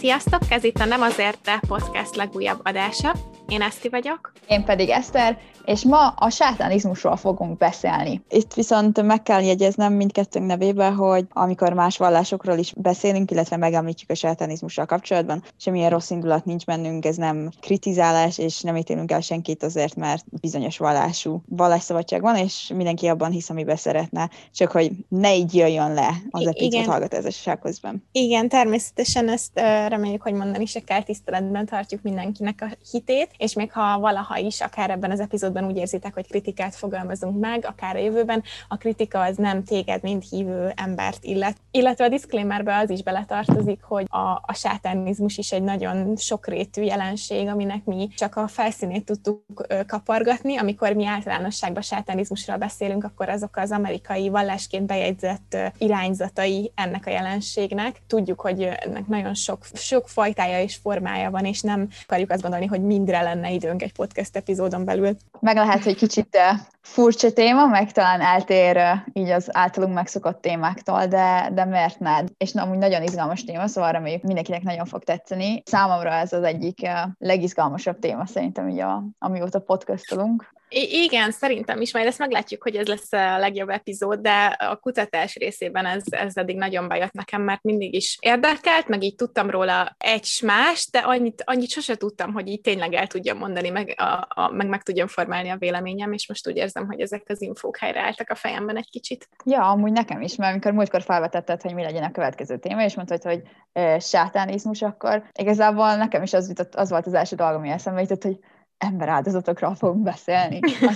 Sziasztok! Ez itt a Nem azért, de podcast legújabb adása. Én Eszti vagyok. Én pedig Eszter, és ma a sátánizmusról fogunk beszélni. Itt viszont meg kell jegyeznem mindkettőnk nevében, hogy amikor más vallásokról is beszélünk, illetve megemlítjük a sátánizmussal kapcsolatban, semmilyen rossz indulat nincs bennünk, ez nem kritizálás, és nem ítélünk el senkit azért, mert bizonyos vallásszabadság van, és mindenki abban hisz, amiben szeretne, csak hogy ne így jöjjön le az epizód hallgatásság közben. Igen, természetesen ezt reméljük, hogy mondani se kell, tiszteletben tartjuk mindenkinek a hitét, és még ha valaha is, akár ebben az epizódban úgy érzitek, hogy kritikát fogalmazunk meg, akár a jövőben, a kritika az nem téged, mint hívő embert illet. Illetve a disclaimerbe az is beletartozik, hogy a sátánizmus is egy nagyon sokrétű jelenség, aminek mi csak a felszínét tudtuk kapargatni. Amikor mi általánosságban sátánizmusról beszélünk, akkor azok az amerikai vallásként bejegyzett irányzatai ennek a jelenségnek. Tudjuk, hogy ennek nagyon sok fajtája és formája van, és nem akarjuk azt gondolni, hogy mindre lenne időnk egy podcast epizódon belül. Meg lehet, hogy kicsit furcsa téma, meg talán eltér így az általunk megszokott témáktól, de miért ne? És amúgy nagyon izgalmas téma, szóval reméljük mindenkinek nagyon fog tetszeni. Számomra ez az egyik legizgalmasabb téma szerintem, így amióta podcastolunk. Igen, szerintem is, majd ezt meglátjuk, hogy ez lesz a legjobb epizód, de a kutatás részében ez eddig nagyon bejött nekem, mert mindig is érdekelt, meg így tudtam róla egy-más, de annyit sose tudtam, hogy így tényleg el tudjam mondani, meg tudjam formálni a véleményem, és most úgy érzem, hogy ezek az infók helyreálltak a fejemben egy kicsit. Ja, amúgy nekem is, mert amikor múltkor felvetetted, hogy mi legyen a következő téma, és mondtad, hogy sátánizmus, akkor igazából nekem is az volt az első dolog, ami eszembe jutott, hogy emberáldozatokról fogunk beszélni.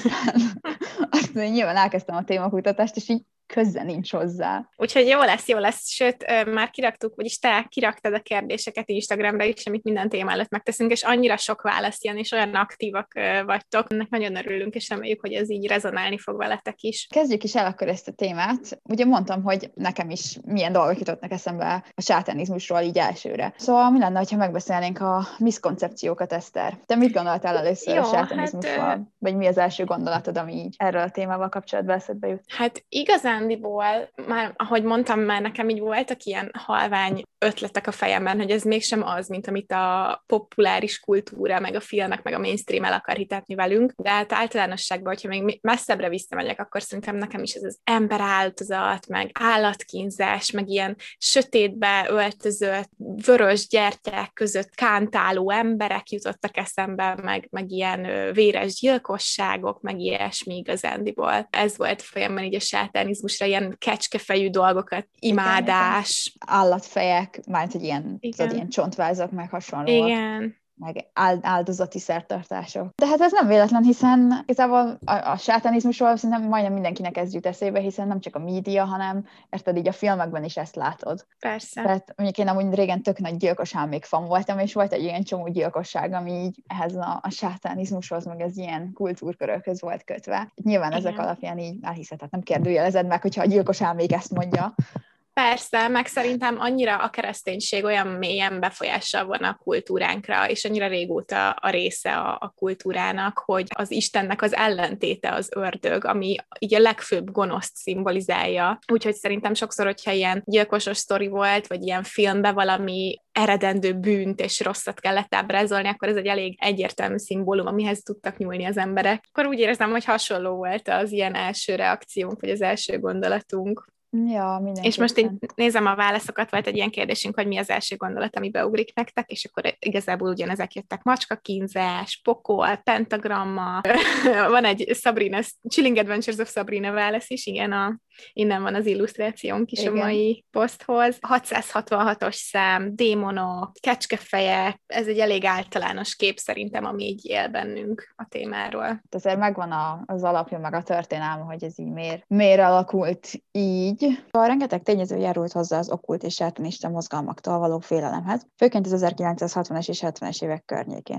Aztán nyilván elkezdtem a témakutatást, és így köze nincs hozzá. Úgyhogy jó lesz, sőt, már kiraktuk, vagyis te kiraktad a kérdéseket Instagramra is, amit minden téma előtt megteszünk, és annyira sok válasz jön, és olyan aktívak vagytok. Ennek nagyon örülünk, és reméljük, hogy ez így rezonálni fog veletek is. Kezdjük is el akkor ezt a témát. Ugye mondtam, hogy nekem is milyen dolgok jutottak eszembe a sátánizmusról így elsőre. Szóval mi lenne, ha megbeszélnénk a miszkoncepciókat, Eszter? Te mit gondoltál először a sátánizmusról? Vagy mi az első gondolatod, ami így erről a témával kapcsolatban eszedbe jut? Hát igazándiból, már, ahogy mondtam, már nekem így voltak ilyen halvány ötletek a fejemben, hogy ez mégsem az, mint amit a populáris kultúra, meg a filmek, meg a mainstream el akar hitetni velünk, de hát általánosságban, hogyha még messzebbre visszamegyek, akkor szerintem nekem is ez az emberáldozat, meg állatkínzás, meg ilyen sötétbe öltözött, vörös gyertyák között kántáló emberek jutottak eszembe, meg ilyen véres gyilkosságok, meg ilyesmi igazándiból. Ez volt fejemben így a sátánizmusra, ilyen kecskefejű dolgokat, imádás. Állatfejek, mármint, hogy ilyen csontvázak, meg hasonlóak. Igen. Meg áldozati szertartások. De hát ez nem véletlen, hiszen igazából a sátánizmusról szerintem majdnem mindenkinek ez jut eszébe, hiszen nem csak a média, hanem érted, így a filmekben is ezt látod. Persze. Tehát mondjuk én amúgy régen tök nagy gyilkos álmékfan voltam, és volt egy ilyen csomó gyilkosság, ami így ehhez a sátánizmushoz, meg ez ilyen kultúrkörökhöz volt kötve. Nyilván igen. Ezek alapján így elhiszed, hát nem kérdőjelezed meg, hogyha a gyilkos álmék ezt mondja. Persze, meg szerintem annyira a kereszténység olyan mélyen befolyással van a kultúránkra, és annyira régóta a része a kultúrának, hogy az Istennek az ellentéte az ördög, ami így a legfőbb gonoszt szimbolizálja. Úgyhogy szerintem sokszor, hogyha ilyen gyilkosos sztori volt, vagy ilyen filmben valami eredendő bűnt és rosszat kellett ábrázolni, akkor ez egy elég egyértelmű szimbólum, amihez tudtak nyúlni az emberek. Akkor úgy érzem, hogy hasonló volt az ilyen első reakciónk, vagy az első gondolatunk. Ja, mindenképpen. És most én nézem a válaszokat, volt egy ilyen kérdésünk, hogy mi az első gondolat, ami beugrik nektek, és akkor igazából ugyanezek jöttek: macskakínzás, pokol, pentagramma. Van egy Sabrina, Chilling Adventures of Sabrina válasz is, igen, innen van az illusztrációnk is, igen, a mai poszthoz. 666-os szám, démonok, kecskefejek, ez egy elég általános kép szerintem, ami így él bennünk a témáról. Azért megvan az alapja, meg a történelme, hogy ez így miért alakult így. Rengeteg tényező járult hozzá az okkult és sátánista mozgalmaktól való félelemhez, főként az 1960-es és 70-es évek környékén.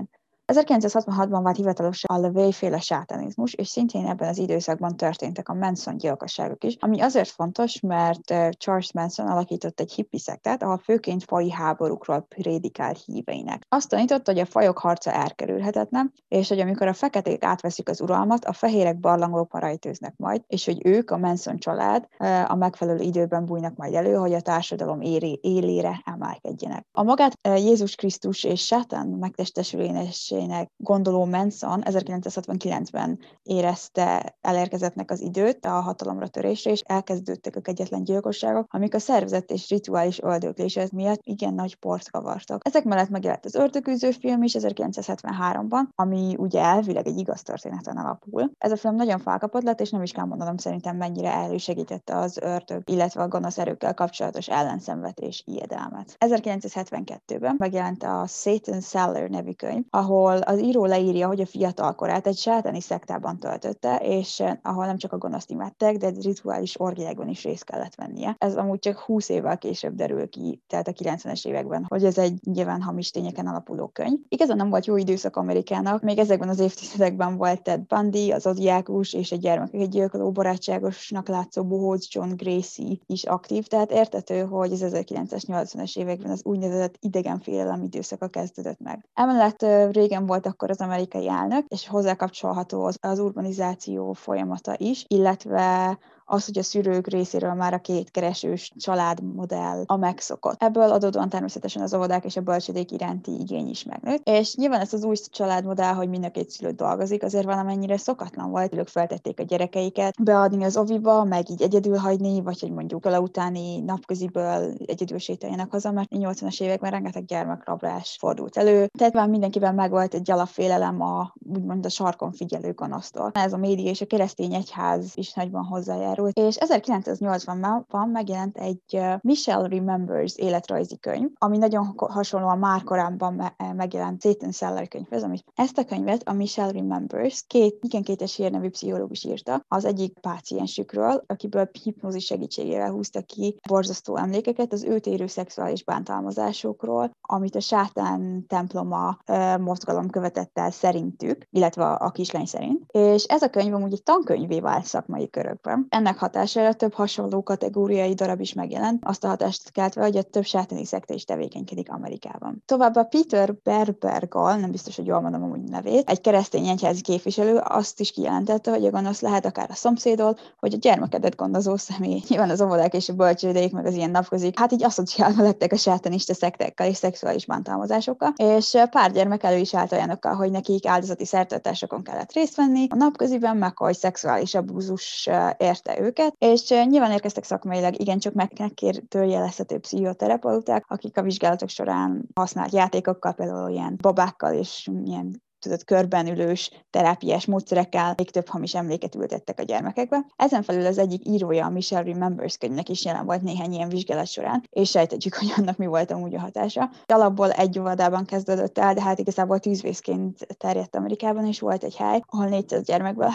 1966-ban vált hivatalos a LaVey-féle sátánizmus, és szintén ebben az időszakban történtek a Manson gyilkosságok is, ami azért fontos, mert Charles Manson alakított egy hippi szektát, ahol főként faji háborúkról prédikált híveinek. Azt tanította, hogy a fajok harca elkerülhetetlen, és hogy amikor a feketék átveszik az uralmat, a fehérek barlangokban rejtőznek majd, és hogy ők, a Manson család a megfelelő időben bújnak majd elő, hogy a társadalom élére emelkedjenek. A magát Jézus Krisztus és Sátán megtestesülésének gondoló Manson 1969-ben érezte elérkezettnek az időt a hatalomra törésre, és elkezdődtek a kegyetlen gyilkosságok, amik a szervezett és rituális öldöklések miatt igen nagy port kavartak. Ezek mellett megjelent az Ördögűző film is 1973-ban, ami ugye elvileg egy igaz történeten alapul. Ez a film nagyon felkapott lett, és nem is kell mondanom szerintem mennyire elősegítette az ördög, illetve a gonosz erőkkel kapcsolatos ellenszenvedés ijedelmet. 1972-ben megjelent a Satan Cellar nevű könyv, ahol az író leírja, hogy a fiatalkorát egy sátáni szektában töltötte, és ahol nem csak a gonoszt imádták, de egy rituális orgiákban is részt kellett vennie. Ez amúgy csak 20 évvel később derül ki, tehát a 90-es években, hogy ez egy nyilván hamis tényeken alapuló könyv. Igazán nem volt jó időszak Amerikának, még ezekben az évtizedekben volt Ted Bundy, az Zodiákus és egy gyermekeket gyilkoló barátságosnak látszó bohóc John Gracie is aktív, tehát értető, hogy az 1980-es években az úgynevezett idegenfélelem időszaka kezdődött meg. Emellett régen volt akkor az amerikai elnök, és hozzá kapcsolható az urbanizáció folyamata is, illetve az, hogy a szülők részéről már a kétkeresős családmodell a megszokott. Ebből adódóan természetesen az óvodák és a bölcsődék iránti igény is megnőtt, és nyilván ez az új családmodell, hogy mind a két szülő dolgozik, azért valamennyire szokatlan volt, ők feltették a gyerekeiket beadni az oviba, meg így egyedül hagyni, vagy hogy mondjuk a utáni napköziből egyedül sétáljanak haza, mert a 80-as években rengeteg gyermekrablás fordult elő. Tehát már mindenkiben megvolt egy alapfélelem úgymond a sarkon figyelő gonosztól. Ez a média és a keresztény egyház is nagyban hozzájárult. És 1980-ban megjelent egy Michelle Remembers életrajzi könyv, ami nagyon hasonlóan már korábban megjelent Satan Cellar könyvhez, amit ezt a könyvet a Michelle Remembers igen Kétes nevű pszichológus írta az egyik páciensükről, akiből hipnózis segítségével húzta ki borzasztó emlékeket az őt érő szexuális bántalmazásokról, amit a sátán temploma mozgalom követett el szerintük, illetve a kislány szerint. És ez a könyv amúgy egy tankönyvé vált szakmai körökben. Ennek hatására több hasonló kategóriai darab is megjelent, azt a hatást keltve, hogy a több sátáni szekta is tevékenykedik Amerikában. Továbbá Peter Berbergal, nem biztos, hogy jól mondom amúgy nevét, egy keresztény egyházi képviselő azt is kijelentette, hogy a gonosz lehet akár a szomszédod, vagy a gyermekedet gondozó személy. Nyilván az óvodák és a bölcsődék, meg az ilyen napközik, hát így asszociálva lettek a sátánista szektákkal és szexuális bántalmazásokkal, és pár gyermek elő is állt olyanokkal, hogy nekik áldozati szertartásokon kellett részt venni a napköziben, meg hogy szexuális abúzus érte őket, és nyilván érkeztek szakmailag igencsak megkérdőjelezhető pszichoterapeuták, akik a vizsgálatok során használt játékokkal, például ilyen babákkal és ilyen körben ülős terápiás módszerekkel még több hamis emléket ültettek a gyermekekbe. Ezen felül az egyik írója a Michelle Remembers könyvnek is jelen volt néhány ilyen vizsgálat során, és sejtetjük, hogy annak mi volt amúgy a hatása. Alapból egy óvodában kezdődött el, de hát igazából tűzvészként terjedt Amerikában, és volt egy hely, ahol 400 gyermekből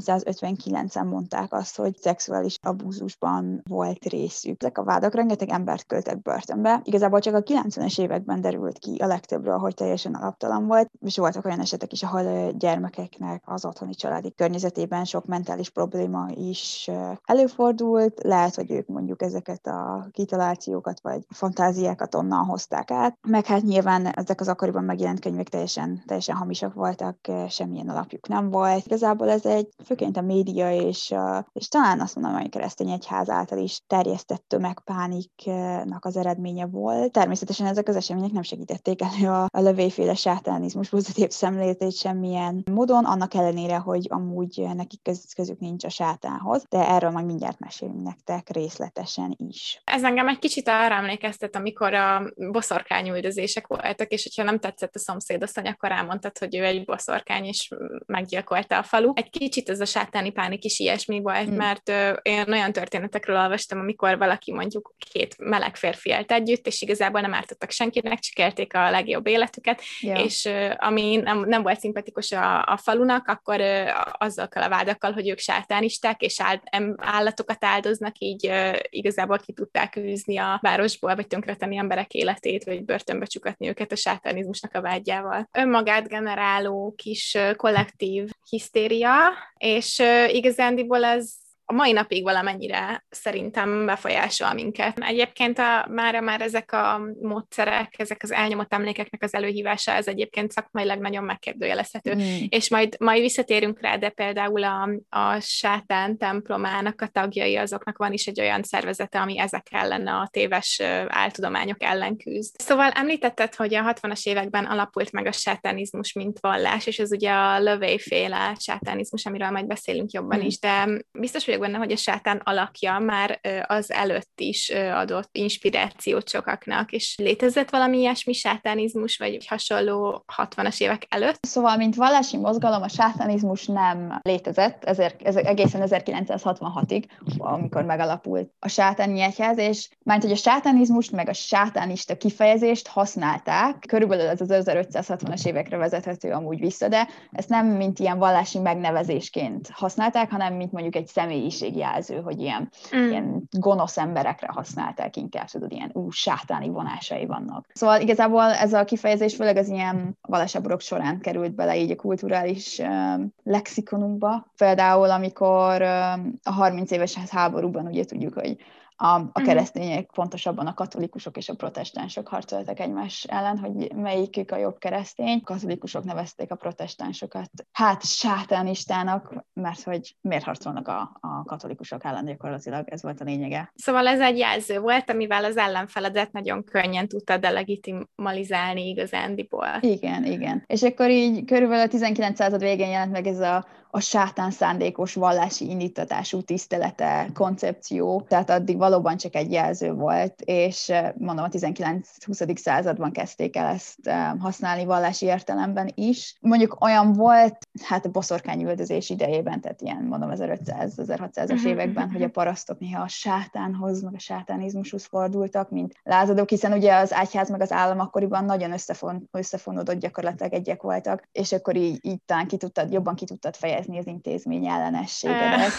359-en mondták azt, hogy szexuális abúzusban volt részük. Ezek a vádak rengeteg embert küldtek börtönbe. Igazából csak a 90-es években derült ki a legtöbbről, hogy teljesen alaptalan volt, és voltak olyan esetek is, ahol gyermekeknek az otthoni családi környezetében sok mentális probléma is előfordult. Lehet, hogy ők mondjuk ezeket a kitalációkat vagy fantáziákat onnan hozták át. Meg hát nyilván ezek az akkoriban megjelent könyvek teljesen hamisak voltak, semmilyen alapjuk nem volt. Igazából ez egy főként a média és talán azt mondom, hogy a keresztény egyház által is terjesztett tömegpániknak az eredménye volt. Természetesen ezek az események nem segítették elő a LaVey-féle sátánizmus pozitív szemléletét semmilyen módon, annak ellenére, hogy amúgy nekik közük nincs a sátánhoz, de erről majd mindjárt mesélünk nektek részletesen is. Ez engem egy kicsit arra emlékeztet, amikor a boszorkányüldözések voltak, és hogyha nem tetszett a szomszédasszony, akkor elmondtad, hogy ő egy boszorkány, és meggyilkolta a falu. Egy kicsit ez a sátáni pánik is ilyesmi volt, mert én olyan történetekről olvastam, amikor valaki mondjuk két meleg férfi élt együtt, és igazából nem ártottak senkinek, csak élték a legjobb életüket, és ami nem nem volt szimpatikus a falunak, akkor azokkal a vádakkal, hogy ők sátánisták, és állatokat áldoznak, így igazából ki tudták űzni a városból, vagy tönkretenni emberek életét, vagy börtönbe csukatni őket a sátánizmusnak a vágyával. Önmagát generáló kis kollektív hisztéria, és igazándiból ez a mai napig valamennyire szerintem befolyásol minket. Egyébként már ezek a módszerek, ezek az elnyomott emlékeknek az előhívása, ez egyébként szakmailag nagyon megkérdőjelezhető. És majd visszatérünk rá, de például a sátán templomának a tagjai, azoknak van is egy olyan szervezete, ami ezek ellen, a téves áltudományok ellen küzd. Szóval említetted, hogy a 60-as években alapult meg a sátánizmus, mint vallás, és ez ugye a LaVey-féle sátánizmus, amiről majd beszélünk jobban is, de biztos vagyok benne, hogy a sátán alakja már az előtt is adott inspirációt sokaknak, és létezett valami ilyesmi sátánizmus, vagy hasonló 60-as évek előtt? Szóval, mint vallási mozgalom, a sátánizmus nem létezett egészen 1966-ig, amikor megalapult a sátáni egyház, és hogy a sátánizmust meg a sátánista kifejezést használták, körülbelül ez az 1560-as évekre vezethető amúgy vissza, de ezt nem mint ilyen vallási megnevezésként használták, hanem mint mondjuk egy személyiségjelző, hogy ilyen gonosz emberekre használták inkább, tudod, ilyen sátáni vonásai vannak. Szóval igazából ez a kifejezés főleg az ilyen vallásáborok során került bele így a kulturális lexikonunkba. Például, amikor a 30 éves háborúban ugye tudjuk, hogy a keresztények, pontosabban a katolikusok és a protestánsok harcoltak egymás ellen, hogy melyikük a jobb keresztény. A katolikusok nevezték a protestánsokat sátánistának, mert hogy miért harcolnak a katolikusok ellen, gyakorlatilag ez volt a lényege. Szóval ez egy jelző volt, amivel az ellenfeledet nagyon könnyen tudta delegitimalizálni igazándiból. Igen. És akkor így körülbelül a 19. század végén jelent meg ez a sátán szándékos vallási indítatású tisztelete koncepció, tehát addig valóban csak egy jelző volt, és mondom, a 19-20. században kezdték el ezt használni vallási értelemben is. Mondjuk olyan volt, a boszorkányüldözés idejében, tehát ilyen, mondom, 1500-1600-as években, hogy a parasztok néha a sátánhoz, meg a sátánizmushoz fordultak, mint lázadók, hiszen ugye az egyház meg az állam akkoriban nagyon összefonódott gyakorlatilag egyek voltak, és akkor így talán jobban ki tudtad fejezni az intézmény ellenességedet.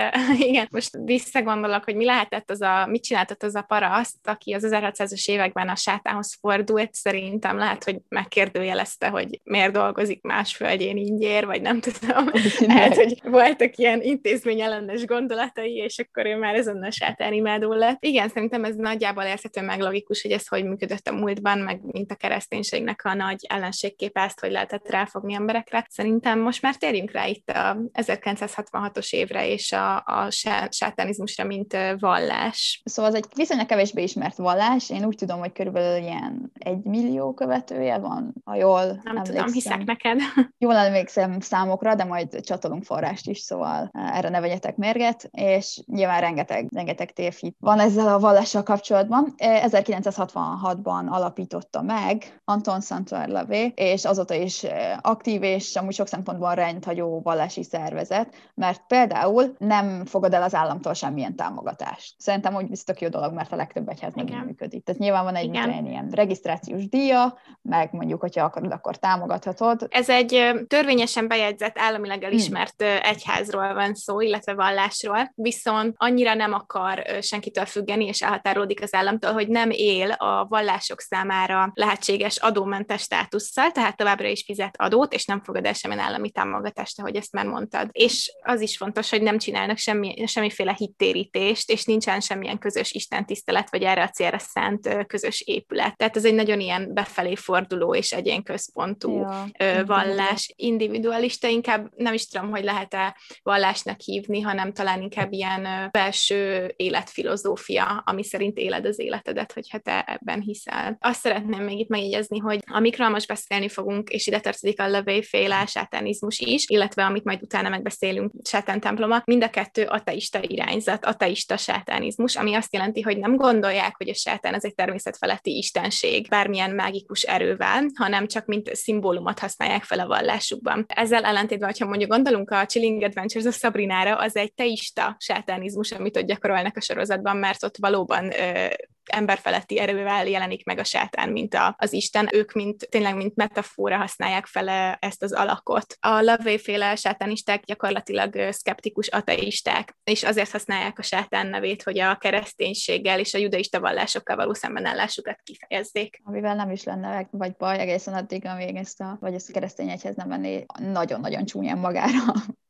Most visszagondolok, hogy mit csináltat az a paraszt, aki az 1600-as években a sátánhoz fordult, szerintem lehet, hogy megkérdőjelezte, hogy miért dolgozik más földjén ingyér, vagy nem tudom. Lehet, hogy voltak ilyen intézményellenes gondolatai, és akkor ő már ezen a sátánimádó lett. Igen, szerintem ez nagyjából érthető meg logikus, hogy ez hogy működött a múltban, meg mint a kereszténységnek a nagy ellenségképe, ezt hogy lehetett ráfogni emberekre. Szerintem most már térjünk rá itt a 1966-os évre és a sátánizmusra, mint vallás. Szóval ez egy viszonylag kevésbé ismert vallás. Én úgy tudom, hogy körülbelül ilyen 1 millió követője van, ha jól emlékszem. Tudom, hiszek neked. Jól emlékszem számokra, de majd csatolunk forrást is, szóval erre ne vegyetek mérget, és nyilván rengeteg tévhit van ezzel a vallással kapcsolatban. 1966-ban alapította meg Anton Saint LaVey, és azóta is aktív, és amúgy sok szempontból rendhagyó vallási szervezet, mert például nem fogad el az államtól semmilyen támogatást. Szerintem úgy biztos jó dolog, mert a legtöbb egyház meg így működik. Tehát nyilván van egy ilyen regisztrációs díja, meg mondjuk, hogyha akarod, akkor támogathatod. Ez egy törvényesen bejegyzett, államileg elismert egyházról van szó, illetve vallásról, viszont annyira nem akar senkitől függeni, és elhatárolódik az államtól, hogy nem él a vallások számára lehetséges adómentes státusszal, tehát továbbra is fizet adót, és nem fogad el semmilyen állami támogatást, ahogy ezt már mondtad. És az is fontos, hogy nem csinálnak semmiféle hittérítést, és nincsen semmilyen közös istentisztelet, vagy erre a célra szánt közös épület. Tehát ez egy nagyon ilyen befelé forduló és egyénközpontú vallás. Individualista, inkább nem is tudom, hogy lehet-e vallásnak hívni, hanem talán inkább ilyen belső életfilozófia, ami szerint éled az életedet, hogyha te ebben hiszel. Azt szeretném még itt megjegyezni, hogy amikről most beszélni fogunk, és ide tartozik a LaVey-féle sátánizmus is, illetve amit majd utána megbeszélünk, sátán temploma, mind a kettő ateista irányzat, ateista sátánizmus. sátánizmus, ami azt jelenti, hogy nem gondolják, hogy a sátán ez egy természetfeletti istenség bármilyen mágikus erővel, hanem csak mint szimbólumot használják fel a vallásukban. Ezzel ellentétben, ha mondjuk gondolunk a Chilling Adventures of Sabrinára, az egy teista sátánizmus, amit ott gyakorolnak a sorozatban, mert ott valóban emberfeletti erővel jelenik meg a sátán, mint az Isten. Ők tényleg mint metafora használják fel ezt az alakot. A LaVey-féle sátánisták gyakorlatilag szkeptikus ateisták, és azért használják a sátán nevét, hogy a kereszténységgel és a judaista vallásokkal való szembenállásukat kifejezzék. Amivel nem is lenne vagy baj egészen addig, amíg ezt a keresztény egyház nem venné nagyon-nagyon csúnyán magára.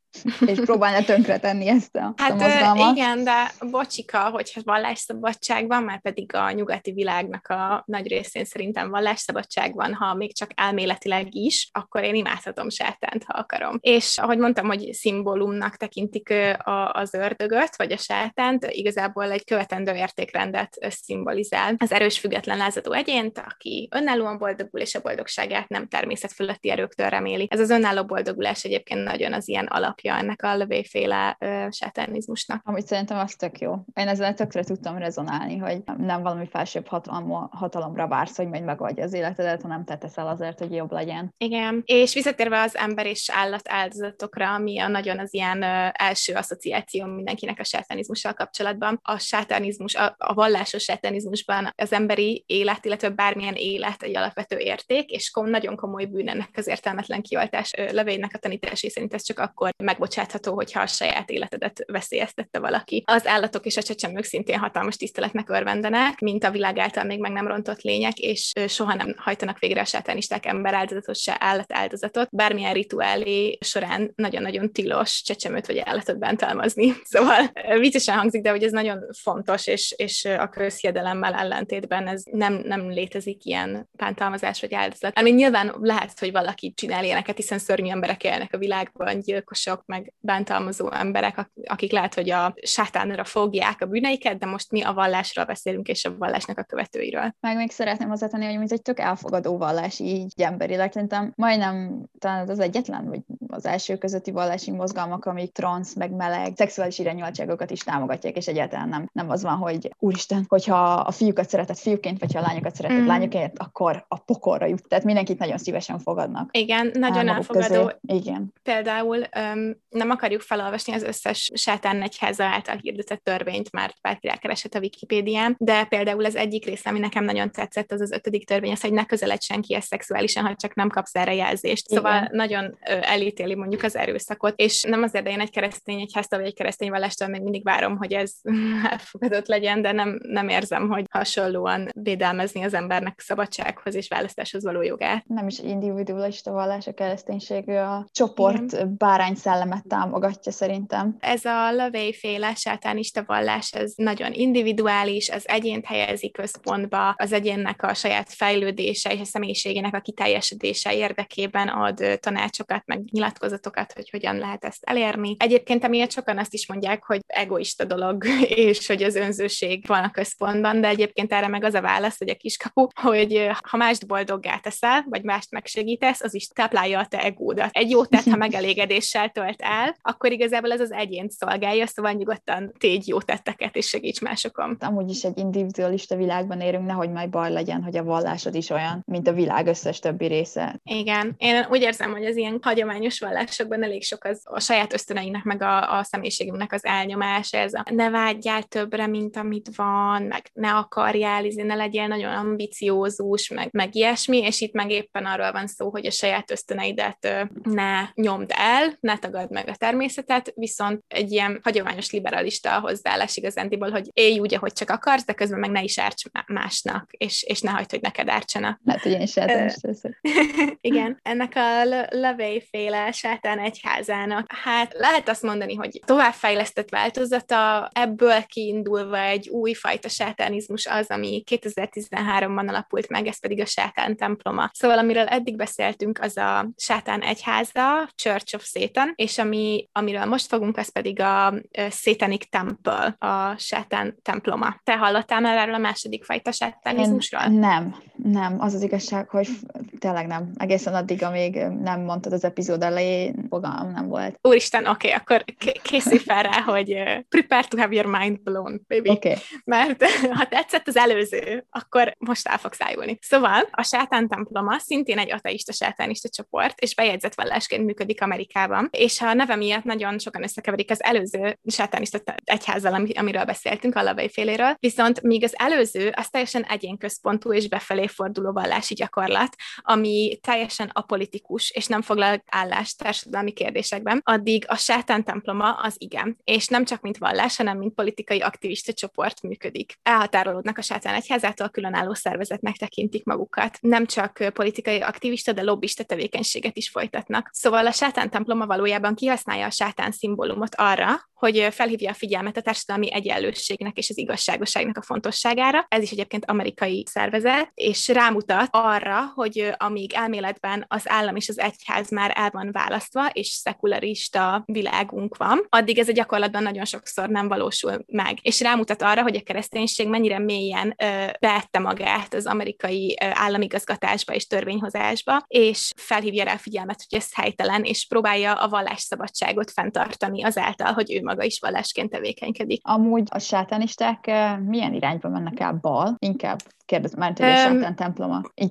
És próbálna tönkretenni ezt a mozgalmat. Igen, de bocsika, hogyha vallásszabadság van, már pedig a nyugati világnak a nagy részén szerintem vallásszabadság van, ha még csak elméletileg is, akkor én imádhatom sátánt, ha akarom. És ahogy mondtam, hogy szimbólumnak tekintik az ördögöt, vagy a sátánt, igazából egy követendő értékrendet szimbolizál. Az erős, független, lázadó egyént, aki önállóan boldogul, és a boldogságát nem természet fölötti erőktől reméli. Ez az önálló boldogulás egyébként nagyon az ilyen alapja ennek a LaVey-féle sátánizmusnak. Amit szerintem az tök jó. Én ezzel tökre tudtam rezonálni, hogy nem valami felsőbb hatalomra vársz, hogy majd megoldja az életedet, hanem te teszel azért, hogy jobb legyen. Igen, és visszatérve az ember és állat áldozatokra, ami nagyon az ilyen első asszociáció mindenkinek a sátánizmussal kapcsolatban. A sátánizmus, a vallásos sátánizmusban az emberi élet, illetve bármilyen élet egy alapvető érték, és nagyon komoly bűn ennek az értelmetlen kioltás. LaVey-nek a tanításai szerint ez csak akkor megbocsátható, hogyha a saját életedet veszélyeztette valaki. Az állatok és a csecsemők szintén hatalmas tiszteletnek örvendenek, mint a világ által még meg nem rontott lények, és soha nem hajtanak végre a sátánisták emberáldozatot, se állatáldozatot. Bármilyen rituálé során nagyon-nagyon tilos csecsemőt vagy állatot bántalmazni. Szóval viccesen hangzik, de hogy ez nagyon fontos, és a közhiedelemmel ellentétben ez nem létezik ilyen bántalmazás vagy áldozat. Ami nyilván lehet, hogy valaki csinál ilyeneket, hiszen szörnyű emberek élnek a világban, gyilkosok, meg bántalmazó emberek, akik lehet, hogy a sátánra fogják a bűneiket, de most mi a vallásról beszélünk, és a vallásnak a követőiről. Meg még szeretném hozzátenni, hogy ez egy tök elfogadó vallás így emberileg. Szerintem majdnem talán az egyetlen, vagy az első közötti vallási mozgalmak, amik transz, meg meleg, szexuális irányultságokat is támogatják, és egyáltalán nem az van, hogy úristen, hogyha a fiúkat szeretett fiúként, vagy ha a lányokat szeretett lányokként, akkor a pokolra jut. Tehát mindenkit nagyon szívesen fogadnak. Igen, nagyon elfogadó. Közé. Igen. Például nem akarjuk felolvasni az összes sátán egyháza által hirdetett törvényt, mert bárki rákeresett a Wikipédián, de például az egyik része, ami nekem nagyon tetszett, az 5. törvény, az, hogy ne közeledj senkihez szexuálisan, ha csak nem kapsz erre jelzést. Szóval igen. Nagyon elítéli mondjuk az erőszakot, és nem azért, de én egy keresztény egyháztól vagy egy keresztény vallástól még mindig várom, hogy ez elfogadott legyen, de nem érzem, hogy hasonlóan védelmezni az embernek szabadsághoz és választáshoz való jogát. Nem is individualista vallás a kereszténység, a csoport bárány szellemet támogatja szerintem. Ez a LaVey-féle sátánista vallás, ez nagyon individuális, az egyént helyezi központba, az egyénnek a saját fejlődése és a személyiségének a kiteljesedése érdekében ad tanácsokat, meg nyilatkozatokat, hogy hogyan lehet ezt elérni. Egyébként emiatt sokan azt is mondják, hogy egoista dolog, és hogy az önzőség van a központban, de egyébként erre meg az a válasz, hogy a kiskapu, hogy ha mást boldoggá teszel, vagy mást megsegítesz, az is táplálja a te egódat. Egy jó tett, ha megelégedéssel tölt el, akkor igazából ez az egyént szolgálja, szóval nyugodtan tégy jó tetteket, és segíts másokon. Amúgy is egy individualista világban érünk, nehogy majd baj legyen, hogy a vallásod is olyan, mint a világ összes többi része. Igen. Én úgy érzem, hogy az ilyen hagyományos vallásokban elég sok az a saját ösztöneinknek, meg a személyiségünknek az elnyomása, ez a ne vágyjál többre, mint amit van, meg ne akarjál, ne legyél nagyon ambiciózus, meg ilyesmi, és itt meg éppen arról van szó, hogy a saját ösztöneidet ne nyomd el, ne tagadd meg a természetet, viszont egy ilyen hagyományos liberalista hozzáállás igazándiból, hogy élj úgy, ahogy csak akarsz, de közben meg ne is árts másnak, és ne hagyd, hogy neked ártsanak. Hát, hogy én sátánista leszek. Igen. Ennek a LaVey-féle sátán egyházának, hát lehet azt mondani, hogy továbbfejlesztett változata, ebből kiindulva egy újfajta sátánizmus az, ami 2013-ban alapult meg, ez pedig a sátán temploma. Szóval amiről eddig beszéltünk, az a sátán egyháza, Church of Satan, és amiről most fogunk, az pedig a Satanic Temple, a sátán temploma. Te hallottál már erről a második fajta sátánizmusról? Nem. Az az igazság, hogy tényleg nem. Egészen addig, amíg nem mondtad az epizód elején, fogalmam nem volt. Úristen, oké, akkor készülj fel rá, hogy prepare to have your mind blown, baby. Okay. Mert ha tetszett az előző, akkor most el fogsz ájulni. Szóval a sátán temploma szintén egy ateista sátánista csoport, és bejegyzett vallásként működik Amerikában. És a neve miatt nagyon sokan összekeverik az előző sátánista egyházzal, amiről beszéltünk, a Lavey féléről. Viszont míg az előző, az teljesen egyénközpontú és befelé forduló vallási gyakorlat, ami teljesen apolitikus, és nem foglal állást társadalmi kérdésekben, addig a sátán temploma az igen. És nem csak mint vallás, hanem mint politikai aktivista csoport működik. Elhatárolódnak a sátán egyházától, különálló szervezetnek tekintik magukat. Nem csak politikai aktivista, de lobbista tevékenységet is folytatnak. Szóval a sátán temploma valójában kihasználja a sátán szimbólumot arra, hogy felhívja a figyelmet a társadalmi egyenlőségnek és az igazságosságnak a fontosságára. Ez is egyébként amerikai szervezet, és rámutat arra, hogy amíg elméletben az állam és az egyház már el van választva, és szekularista világunk van, addig ez a gyakorlatban nagyon sokszor nem valósul meg. És rámutat arra, hogy a kereszténység mennyire mélyen beette magát az amerikai államigazgatásba és törvényhozásba, és felhívja rá a figyelmet, hogy ez helytelen, és próbálja a vallásszabadságot fenntartani azáltal, hogy ő maga is vallásként tevékenykedik. Amúgy a sátánisták milyen irányba mennek el? Bal? Inkább kérdezem, mert a sátán temploma. Így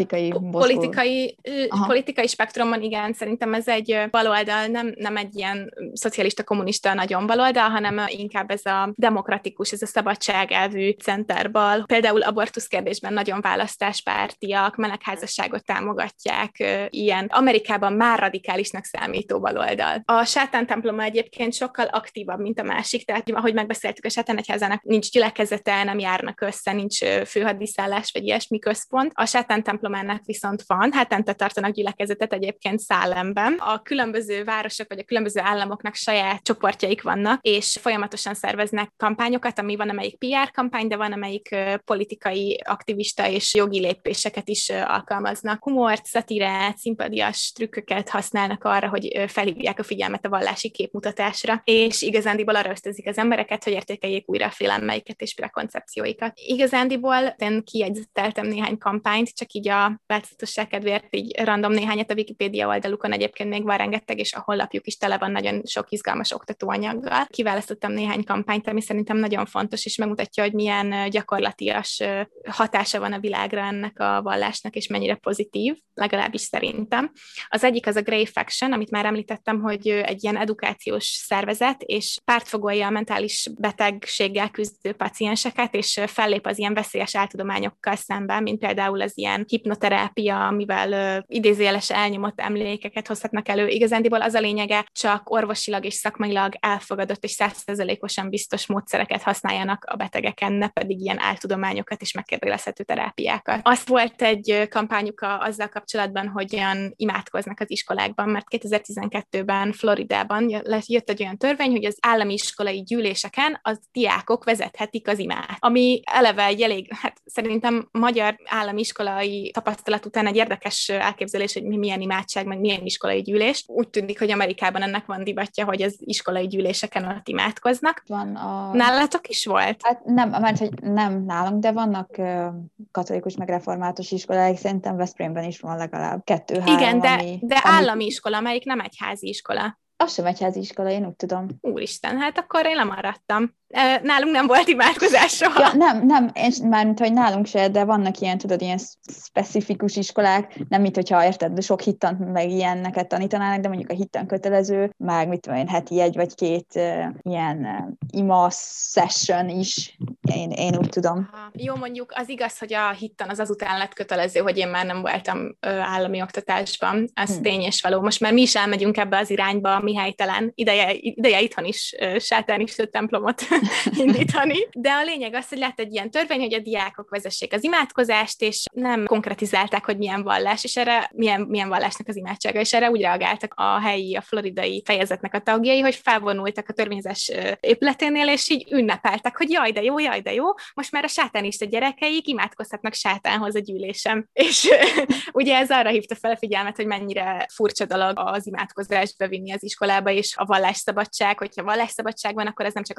politikai spektrumon, igen, szerintem ez egy baloldal, nem egy ilyen szocialista, kommunista nagyon baloldal, hanem inkább ez a demokratikus, ez a szabadságelvű centerbal. Például abortusz kérdésben nagyon választáspártiak, melegházasságot támogatják, ilyen Amerikában már radikálisnak számító baloldal. A sátán temploma egyébként sokkal aktívabb, mint a másik, tehát ahogy megbeszéltük, a sátán egyházának nincs gyülekezete, nem járnak össze, nincs főhadiszállás vagy ilyesmi központ. A sátán templomának viszont van, hetente tartanak gyülekezetet egyébként Szálemben. A különböző városok vagy a különböző államoknak saját csoportjaik vannak, és folyamatosan szerveznek kampányokat, ami van amelyik PR kampány, de van amelyik politikai aktivista és jogi lépéseket is alkalmaznak. Humort, szatírát, szimpadias trükköket használnak arra, hogy felhívják a figyelmet a vallási képmutatásra, és igazándiból arra ösztönzik az embereket, hogy értékeljék újra a félelmeiket és prekoncepcióikat. Igazándiból én kijegyzetteltem néhány kampányt, csak így a változatosság kedvéért így random néhányat, a Wikipédia oldalukon egyébként még van rengeteg, és a honlapjuk is tele van nagyon sok izgalmas oktatóanyaggal. Kiválasztottam néhány kampányt, ami szerintem nagyon fontos, és megmutatja, hogy milyen gyakorlatias hatása van a világra ennek a vallásnak, és mennyire pozitív, legalábbis szerintem. Az egyik az a Grey Faction, amit már említettem, hogy egy ilyen edukációs szervezet, és pártfogolja a mentális betegséggel küzdő pacienseket, és fellép az ilyen veszélyes áltudományokkal szemben, mint például az ilyen hipnoterápia, amivel idézőjeles elnyomott emlékeket hozhatnak elő. Igazándiból az a lényege, csak orvosilag és szakmailag elfogadott és 100%-osan biztos módszereket használjanak a betegeken, ne pedig ilyen áltudományokat és megkérdőjelezhető terápiákat. Azt volt egy kampányuk azzal kapcsolatban, hogyan imádkoznak az iskolákban, mert 2012-ben Floridában jött egy olyan törvény, hogy az állami iskolai gyűléseken az diákok vezethetik az imát, ami eleve egy elég, szerintem magyar állami iskolai tapasztalat után egy érdekes elképzelés, hogy milyen imádság, meg milyen iskolai gyűlés. Úgy tűnik, hogy Amerikában ennek van divatja, hogy az iskolai gyűléseken ott imádkoznak. Nálatok is volt? Hát nem, mert hogy nem nálunk, de vannak katolikus meg református iskolák, szerintem Veszprémben is van legalább 2-3. Igen, de állami iskola, amelyik nem egyházi iskola. Az sem egyházi iskola, én úgy tudom. Úristen, hát akkor én lemaradtam. Nálunk nem volt imádkozás soha. Ja, nem, mármint, hogy nálunk se, de vannak ilyen, tudod, ilyen specifikus iskolák, nem mint hogyha érted, de sok hittant meg ilyeneket tanítanának, de mondjuk a hittan kötelező, meg mit tudom én, heti 1 vagy 2 ilyen ima session is, én úgy tudom. Jó, mondjuk az igaz, hogy a hittan az azután lett kötelező, hogy én már nem voltam állami oktatásban, ez tény és való. Most már mi is elmegyünk ebbe az irányba, mi helytelen, ideje itthon is sátánista templomot indítani. De a lényeg az, hogy lett egy ilyen törvény, hogy a diákok vezessék az imádkozást, és nem konkretizálták, hogy milyen vallás, és erre milyen vallásnak az imádsága, és erre úgy reagáltak a floridai fejezetnek a tagjai, hogy felvonultak a törvényzés épületénél, és így ünnepeltek, hogy jaj, de jó, most már a sátánista gyerekeik imádkozhatnak sátánhoz a gyűlésem. És ugye ez arra hívta fel a figyelmet, hogy mennyire furcsa dolog az imádkozást bevinni az iskolába, és a vallásszabadság, hogyha vallásszabadság van, akkor ez nem csak a keresztény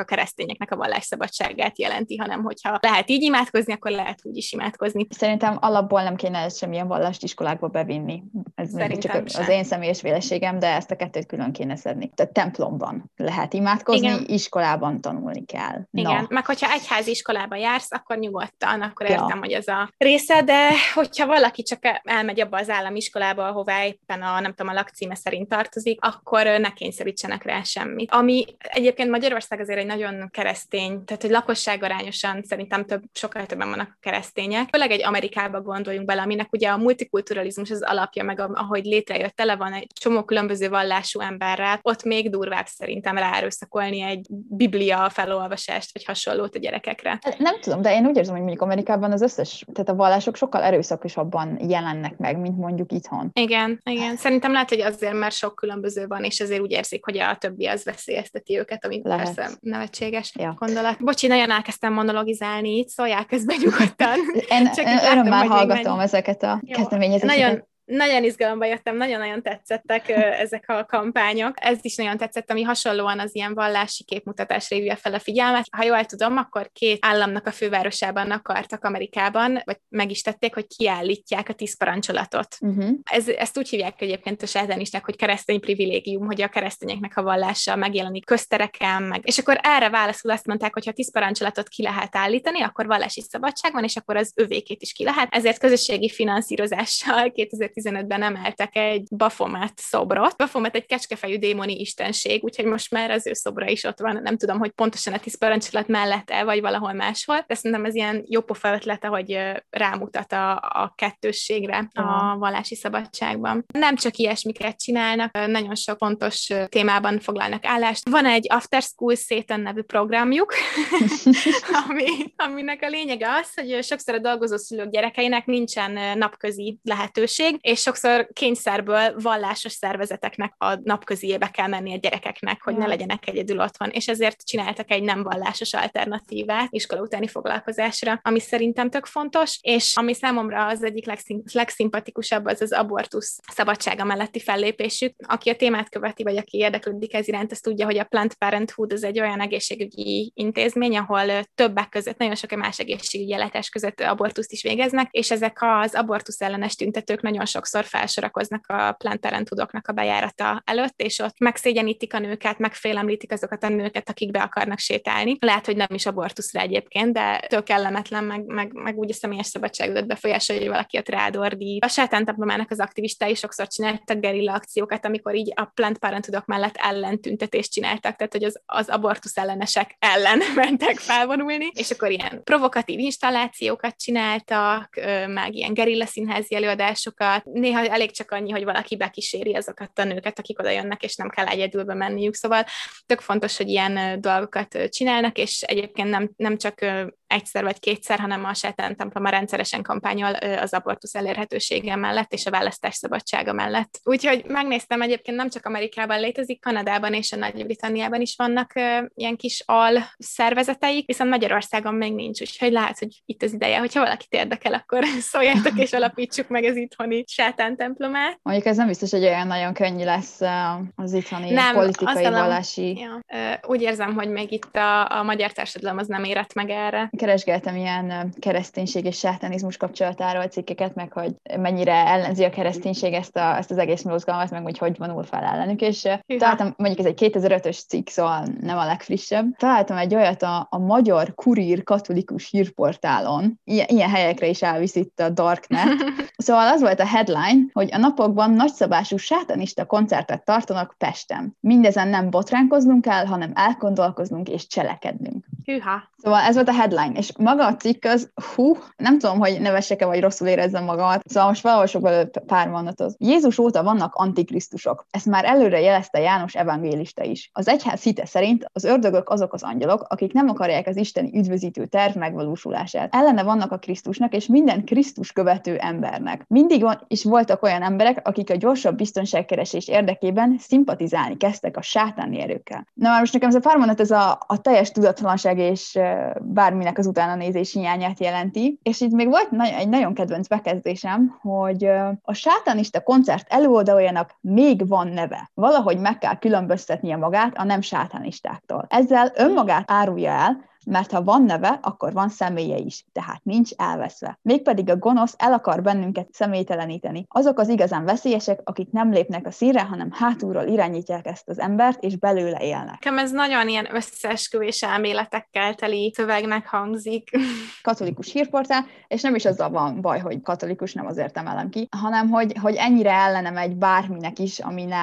keresztényeknek a vallásszabadságát jelenti, hanem hogyha lehet így imádkozni, akkor lehet úgy is imádkozni. Szerintem alapból nem kéne semmilyen vallást iskolákba bevinni. Ez csak az én személyes véleségem, de ezt a kettőt külön kéne szedni. Tehát templomban lehet imádkozni, igen. Iskolában tanulni kell. Igen, meg hogyha egyházi iskolába jársz, akkor nyugodtan, akkor értem, hogy ez a része, de hogyha valaki csak elmegy abba az állami iskolába, ahová éppen a lakcíme szerint tartozik, akkor ne kényszerítsenek rá semmit. Ami egyébként Magyarország azért egy nagyon keresztény, tehát hogy lakosságarányosan szerintem sokkal többen vannak keresztények. Főleg egy Amerikába gondoljunk bele, aminek ugye a multikulturalizmus az alapja, meg ahogy létrejött, tele van egy csomó különböző vallású emberrel, ott még durvább szerintem ráerőszakolni egy biblia felolvasást, vagy hasonlót a gyerekekre. Nem tudom, de én úgy érzem, hogy mondjuk Amerikában az összes, tehát a vallások sokkal erőszakosabban jelennek meg, mint mondjuk itthon. Igen. Szerintem lehet, hogy azért, mert sok különböző van, és azért úgy érzik, hogy a többi az veszélyezteti őket, ami persze nevetséges gondolat. Bocsi, nagyon elkezdtem monologizálni itt, szóljál közben nyugodtan. Én örömmel hallgatom ezeket a kezdeményezéseket. Nagyon izgalomba jöttem, nagyon-nagyon tetszettek ezek a kampányok. Ez is nagyon tetszett, ami hasonlóan az ilyen vallási képmutatásra hívja fel a figyelmet. Ha jól tudom, akkor 2 államnak a fővárosában akartak Amerikában, vagy meg is tették, hogy kiállítják a 10 parancsolatot. Ezt úgy hívják egyébként a sátánisták, hogy keresztény privilégium, hogy a keresztényeknek a vallása megjelenik köztereken, és akkor erre válaszul azt mondták, hogy ha 10 parancsolatot ki lehet állítani, akkor vallási szabadság van, és akkor az övékét is ki lehet. Ezért közösségi finanszírozással 2015-ben emeltek egy Baphomet szobrot. Baphomet egy kecskefejű démoni istenség, úgyhogy most már az ő szobra is ott van. Nem tudom, hogy pontosan a 10 parancsolat mellette, vagy valahol máshol, de szerintem ez ilyen jópofa ötlete, hogy rámutat a kettősségre a vallási szabadságban. Nem csak ilyesmiket csinálnak, nagyon sok fontos témában foglalnak állást. Van egy After School Satan nevű programjuk, aminek a lényege az, hogy sokszor a dolgozó szülők gyerekeinek nincsen napközi lehetőség, és sokszor kényszerből vallásos szervezeteknek a napköziébe kell menni a gyerekeknek, hogy ne legyenek egyedül otthon, és ezért csináltak egy nem vallásos alternatívát iskola utáni foglalkozásra, ami szerintem tök fontos, és ami számomra az egyik legszimpatikusabb, az abortusz szabadsága melletti fellépésük. Aki a témát követi, vagy aki érdeklődik ez iránt, az tudja, hogy a Planned Parenthood az egy olyan egészségügyi intézmény, ahol többek között, nagyon sok más egészségügyi ellátás között abortuszt is végeznek, és ezek az abortusz ellenes tüntetők nagyon sokszor felsorakoznak a Planned Parenthoodoknak a bejárata előtt, és ott megszégyenítik a nőket, megfélemlítik azokat a nőket, akik be akarnak sétálni. Lehet, hogy nem is abortuszra egyébként, de tök kellemetlen, meg úgy a személyes szabadságodat befolyásolja, hogy valaki ott rád ordít. A Sátán templomának az aktivistái sokszor csináltak gerilla akciókat, amikor így a Planned Parenthoodok mellett ellentüntetést csináltak, tehát hogy az abortusz ellenesek ellen mentek felvonulni, és akkor ilyen provokatív installációkat csináltak, meg ilyen gerilla színházi előadásokat. Néha elég csak annyi, hogy valaki bekíséri azokat a nőket, akik oda jönnek, és nem kell egyedülbe menniük. Szóval tök fontos, hogy ilyen dolgokat csinálnak, és egyébként nem csak egyszer vagy kétszer, hanem a Sátán temploma rendszeresen kampányol az abortusz elérhetősége mellett és a választás szabadsága mellett. Úgyhogy megnéztem, egyébként nem csak Amerikában létezik, Kanadában és a Nagy-Britanniában is vannak ilyen kis szervezeteik, viszont Magyarországon még nincs, úgyhogy lehet, hogy itt az ideje, hogyha valakit érdekel, akkor szóljátok és alapítsuk meg az itthoni Sátán templomát. Mondjuk ez nem biztos, hogy olyan nagyon könnyű lesz az itthoni politikai, vallási... Úgy érzem, hogy még itt a magyar társadalom az nem érett meg erre. Keresgéltem ilyen kereszténység és sátánizmus kapcsolatáról cikkeket, meg hogy mennyire ellenzi a kereszténység ezt az egész mozgalmat, meg hogy vonul fel ellenük, és találtam, mondjuk ez egy 2005-ös cikk, szóval nem a legfrissebb. Találtam egy olyat a Magyar Kurír katolikus hírportálon, ilyen helyekre is elvisz itt a Darknet. Szóval az volt a headline, hogy a napokban nagyszabású sátánista koncertet tartanak Pesten. Mindezen nem botránkoznunk kell, hanem elgondolkoznunk és cselekednünk. Hűha. Szóval ez volt a headline, és maga a cikk az, nem tudom, hogy nevessek-e, vagy rosszul érezzem magamat, szóval most felolvasok belőle pár mondatot. Jézus óta vannak antikrisztusok. Ezt már előre jelezte János evangélista is. Az egyház hite szerint az ördögök azok az angyalok, akik nem akarják az isteni üdvözítő terv megvalósulását. Ellene vannak a Krisztusnak és minden Krisztus követő embernek. Mindig is voltak olyan emberek, akik a gyorsabb biztonságkeresés érdekében szimpatizálni kezdtek a sátáni erőkkel. Na már most nekem ez a pár mondat, ez a teljes tudatlanság és bárminek az utána nézés hiányát jelenti. És itt még volt egy nagyon kedvenc bekezdésem, hogy a sátánista koncert előadójának még van neve. Valahogy meg kell különböztetnie magát a nem sátánistáktól. Ezzel önmagát árulja el, mert ha van neve, akkor van személye is, tehát nincs elveszve. Mégpedig a gonosz el akar bennünket személyteleníteni. Azok az igazán veszélyesek, akik nem lépnek a színre, hanem hátulról irányítják ezt az embert, és belőle élnek. Nekem ez nagyon ilyen összeesküvés elméletekkel teli szövegnek hangzik. Katolikus hírportál, és nem is azzal van baj, hogy katolikus, nem azért emelem ki, hanem hogy ennyire ellene megy bárminek is,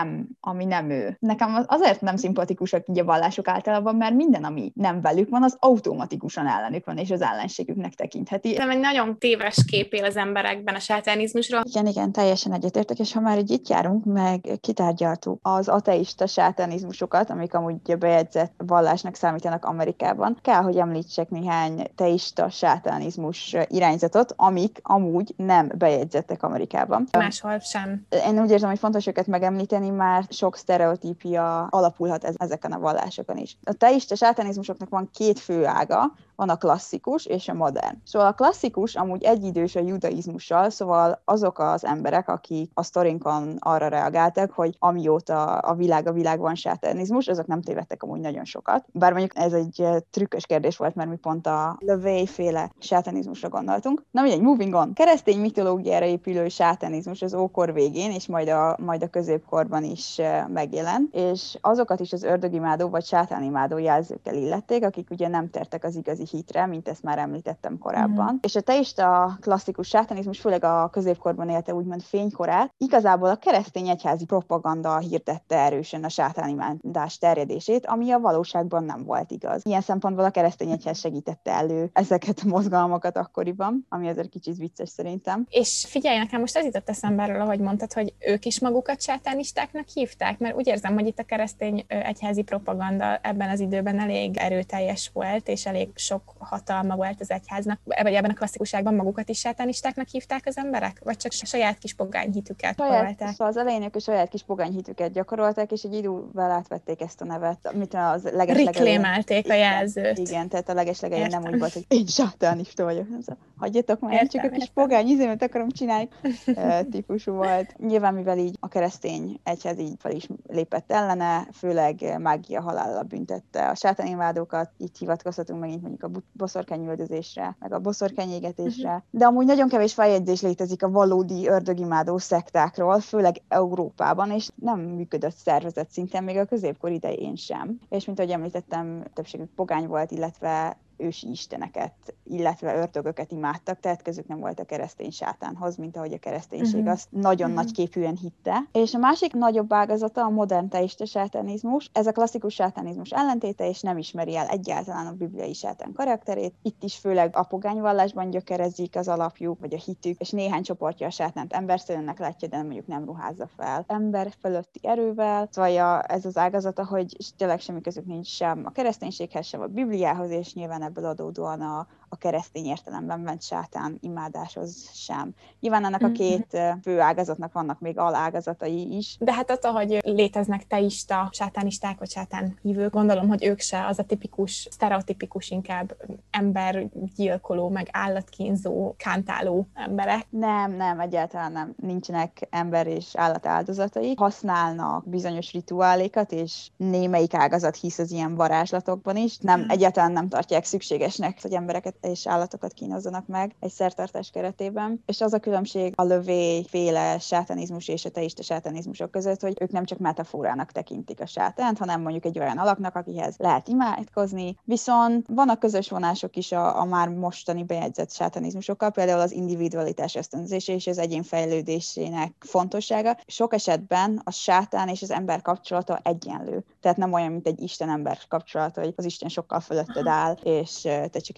ami nem ő. Nekem azért nem szimpatikusak így a vallások általában, mert minden, ami nem velük van, az automatikusan ellenük van, és az ellenségüknek tekintheti. Nem egy nagyon téves kép él az emberekben a sátánizmusról. Igen, teljesen egyetértek, és ha már így itt járunk, meg kitárgyaltuk az ateista sátánizmusokat, amik amúgy bejegyzett vallásnak számítanak Amerikában, kell, hogy említsek néhány teista sátánizmus irányzatot, amik amúgy nem bejegyzettek Amerikában. Máshol sem. Én úgy érzem, hogy fontos őket megemlíteni, mert sok sztereotípia alapulhat ezeken a vallásokon is. A teista sátánizmusoknak van két fő ága, van a klasszikus és a modern. Szóval a klasszikus amúgy egyidős a judaizmussal, szóval azok az emberek, akik a sztorinkon arra reagáltak, hogy amióta a világ van sátánizmus, azok nem tévedtek amúgy nagyon sokat. Bár mondjuk ez egy trükkös kérdés volt, mert mi pont a LaVey-féle sátánizmusra gondoltunk. Na mindegy, moving on. Keresztény mitológiára épülő sátánizmus az ókor végén, és majd a középkorban is megjelent, és azokat is az ördögimádó vagy sátánimádó jelzőkkel illették, akik ugye nem tértek az igazi hitre, mint ezt már említettem korábban. És a teista klasszikus sátánizmus főleg a középkorban élte úgymond fénykorát. Igazából a keresztény egyházi propaganda hirdette erősen a sátánimádás terjedését, ami a valóságban nem volt igaz. Ilyen szempontból a keresztény egyház segítette elő ezeket a mozgalmakat akkoriban, ami azért kicsit vicces szerintem. És figyelj, nekem most az jutott eszembe erről, ahogy mondtad, hogy ők is magukat sátánistáknak hívták, mert úgy érzem, hogy itt a keresztény egyházi propaganda ebben az időben elég erőteljes volt, és elég sok hatalma volt az egyháznak, vagy ebben a klasszikusságban magukat is sátánistáknak hívták az emberek? Vagy csak saját kis pogányhitüket gyakorolták? Szóval az elején ők a saját kis pogányhitüket gyakorolták, és egy idővel átvették ezt a nevet, amit az reklémelték a jelzőt. Igen, tehát a legeslegelején nem úgy volt, hogy én sátánista vagyok. Hagyjatok már, én csak a kis pogány izémet akarom csinálni. Típusú volt. Nyilván, mivel így a keresztény egyház így fel is lépett ellene, főleg mágia halállal büntette a sátánimádókat, itt hivatkozhatunk megint mondjuk a boszorkányüldözésre, meg a boszorkányégetésre. De amúgy nagyon kevés feljegyzés létezik a valódi ördögimádó szektákról, főleg Európában, és nem működött szervezet szinten, még a középkor idején sem. És mint ahogy említettem, többségük pogány volt, illetve ősi isteneket, illetve ördögöket imádtak, tehát közük nem volt a keresztény sátánhoz, mint ahogy a kereszténység azt nagyon nagyképűen hitte. És a másik nagyobb ágazata a modern teista sátánizmus. Ez a klasszikus sátánizmus ellentéte, és nem ismeri el egyáltalán a bibliai sátán karakterét. Itt is főleg a pogányvallásban gyökerezik az alapjuk, vagy a hitük, és néhány csoportja a sátánt emberszerűnek látja, de mondjuk nem ruházza fel ember fölötti erővel. Szóval ez az ágazata, hogy tényleg semmi közük nincs sem a kereszténységhez, sem a Bibliához, és nyilván ebből adódóan a keresztény értelemben vett sátán imádáshoz sem. Nyilván ennek a két fő ágazatnak vannak még alágazatai is. De hát attól, hogy léteznek teista sátánisták vagy sátánhívők, gondolom, hogy ők se az a tipikus, sztereotipikus inkább embergyilkoló, meg állatkínzó, kántáló emberek. Nem, egyáltalán nem. Nincsenek ember és állat áldozatai. Használnak bizonyos rituálékat, és némelyik ágazat hisz az ilyen varázslatokban is. Egyáltalán nem tartják szükségesnek, hogy embereket és állatokat kínozzanak meg egy szertartás keretében. És az a különbség a LaVey-féle sátánizmus és a teista sátánizmusok között, hogy ők nem csak metaforának tekintik a sátánt, hanem mondjuk egy olyan alaknak, akihez lehet imádkozni. Viszont vannak közös vonások is a már mostani bejegyzett sátánizmusokkal, például az individualitás ösztönzése és az egyén fejlődésének fontossága. Sok esetben a sátán és az ember kapcsolata egyenlő. Tehát nem olyan, mint egy Isten-ember kapcsolat, hogy az Isten sokkal fölötted áll, és te csak egy pici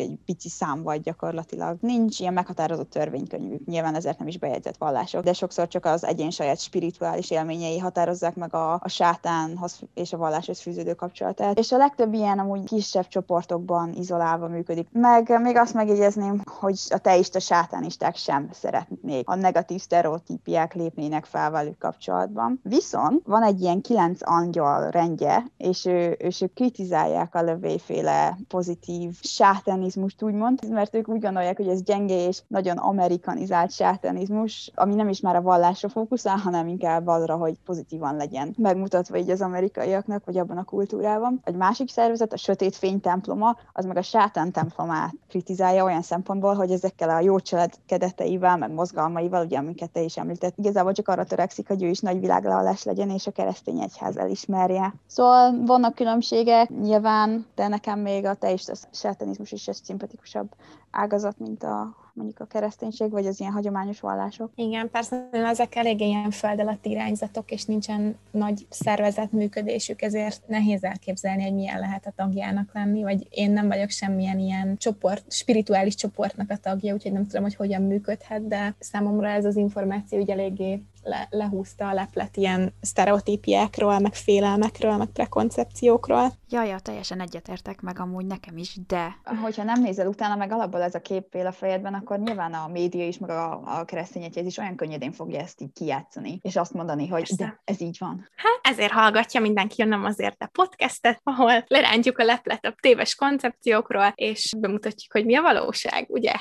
szám vagy gyakorlatilag. Nincs ilyen meghatározott törvénykönyvük, nyilván ezért nem is bejegyzett vallások, de sokszor csak az egyén saját spirituális élményei határozzák meg a sátánhoz és a valláshoz fűződő kapcsolatát. És a legtöbb ilyen amúgy kisebb csoportokban izolálva működik. Meg még azt megjegyezném, hogy a teista sátánisták sem szeretnék, a negatív sztereotípiák lépnének fel velük kapcsolatban. Viszont van egy ilyen 9 angyal rendje, és ők kritizálják a lövélyféle pozitív sátánizmust, úgymond, mert ők úgy gondolják, hogy ez gyenge és nagyon amerikanizált sátánizmus, ami nem is már a vallásra fókuszál, hanem inkább arra, hogy pozitívan legyen megmutatva így az amerikaiaknak, vagy abban a kultúrában. Egy másik szervezet, a Sötét Fény temploma, az meg a sátán templomát kritizálja olyan szempontból, hogy ezekkel a jó cselekedeteivel, meg mozgalmaival, ugye amiket te is említett, igazából csak arra törekszik, hogy ő is nagy világlehallás legyen, és a keresztény egyház elismerje. Szóval vannak különbségek, nyilván, de nekem még a teista sátánizmus is egy szimpatikusabb ágazat, mint mondjuk a kereszténység, vagy az ilyen hagyományos vallások. Igen, persze ezek eléggé ilyen föld alatti irányzatok, és nincsen nagy szervezet működésük, ezért nehéz elképzelni, hogy milyen lehet a tagjának lenni, vagy én nem vagyok semmilyen ilyen spirituális csoportnak a tagja, úgyhogy nem tudom, hogy hogyan működhet, de számomra ez az információ úgy eléggé lehúzta a leplet ilyen sztereotípiákról, meg félelmekről, meg prekoncepciókról. Jaj, teljesen egyetértek, meg amúgy nekem is, de... Hogyha nem nézel utána, meg alapból ez a kép fél a fejedben, akkor nyilván a média is, meg a keresztény egyház is olyan könnyedén fogja ezt így kijátszani, és azt mondani, hogy de ez így van. Hát ezért hallgatja mindenki, nem azért a podcastet, ahol lerántjuk a leplet a téves koncepciókról, és bemutatjuk, hogy mi a valóság, ugye?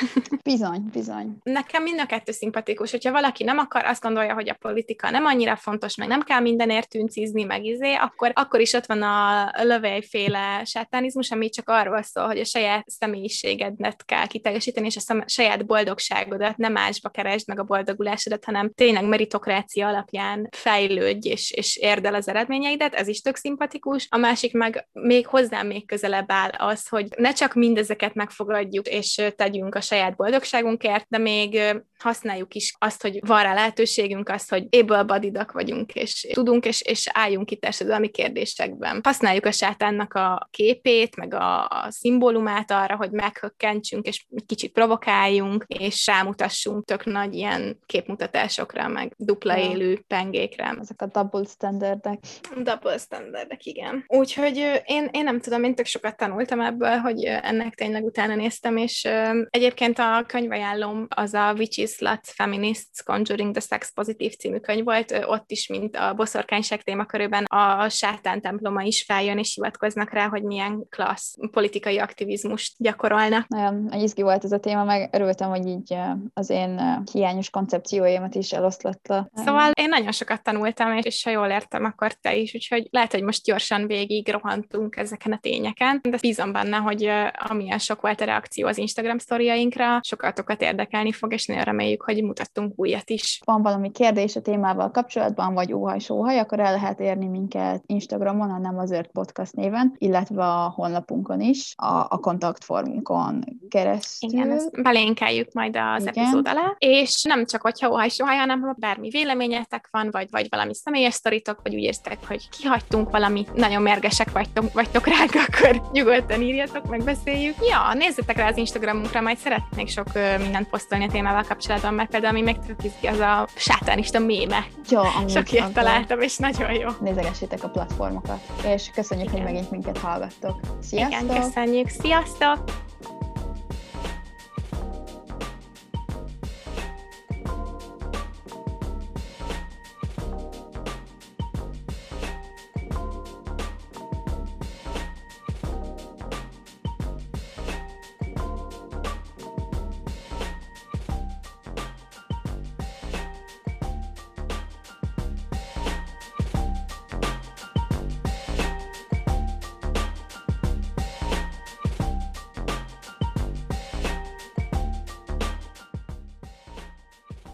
Bizony. Nekem mind a kettő szimpatikus, hogyha valaki nem akar, azt gondolja, hogy a politika nem annyira fontos, meg nem kell mindenért tüncizni, meg akkor is ott van a lövélyféle sátánizmus, ami csak arról szól, hogy a saját személyiségedet kell kiteljesíteni, és a saját boldogságodat nem másba keresd meg a boldogulásodat, hanem tényleg meritokrácia alapján fejlődj, és érd el az eredményeidet, ez is tök szimpatikus. A másik meg még közelebb áll az, hogy ne csak mindezeket megfogadjuk, és tegyünk a saját boldogságunkért, de még használjuk is azt, hogy van rá lehetőségünk, azt, hogy able-bodied-ak vagyunk, és tudunk, és álljunk ki társadalmi kérdésekben. Használjuk a sátánnak a képét, meg a szimbólumát arra, hogy meghökkentsünk, és kicsit provokáljunk, és rámutassunk tök nagy ilyen képmutatásokra, meg dupla élő pengékre. Ezek a double standardek. Double standardek, igen. Úgyhogy én nem tudom, én tök sokat tanultam ebből, hogy ennek tényleg utána néztem, és egyébként a könyvajánlóm az a Witches, Sluts, Feminists, Conjuring the Sex Positive című könyv volt, ott is, mint a boszorkányság témakörében a sátán temploma is feljön, és hivatkoznak rá, hogy milyen klassz politikai aktivizmust gyakorolnak. Nagyon izgi volt ez a téma, meg örültem, hogy így az én hiányos koncepcióimat is eloszlatta. Szóval én nagyon sokat tanultam, és ha jól értem, akkor te is, úgyhogy lehet, hogy most gyorsan végig rohantunk ezeken a tényeken, de bízom benne, hogy amilyen sok volt a reakció az Instagram sztoriainkra, sokatokat érdekelni fog, és nagyon reméljük, hogy mutattunk újat is. Van valami kérdés a témával kapcsolatban, vagy óhaj-sóhaj, akkor el lehet érni minket Instagramon, a Nem azért podcast néven, illetve a honlapunkon is, a kontaktformunkon keresztül. Igen, ezt belénkeljük majd az epizód alá, és nem csak, hogyha óhaj-sóhaj, hanem ha bármi véleményetek van, vagy valami személyes sztoritok, vagy úgy érztek, hogy kihagytunk valamit, nagyon mérgesek vagytok ránk, akkor nyugodtan írjatok, megbeszéljük. Ja, nézzetek rá az Instagramunkra, majd szeretnék sok mindent posztolni a témával kapcsolatban, mert például ami meg izgi, az a sátánista méme. Ja, sok ilyet találtam, és nagyon jó. Nézegessétek a platformokat, és köszönjük, hogy megint minket hallgattok. Sziasztok! Igen, köszönjük. Sziasztok!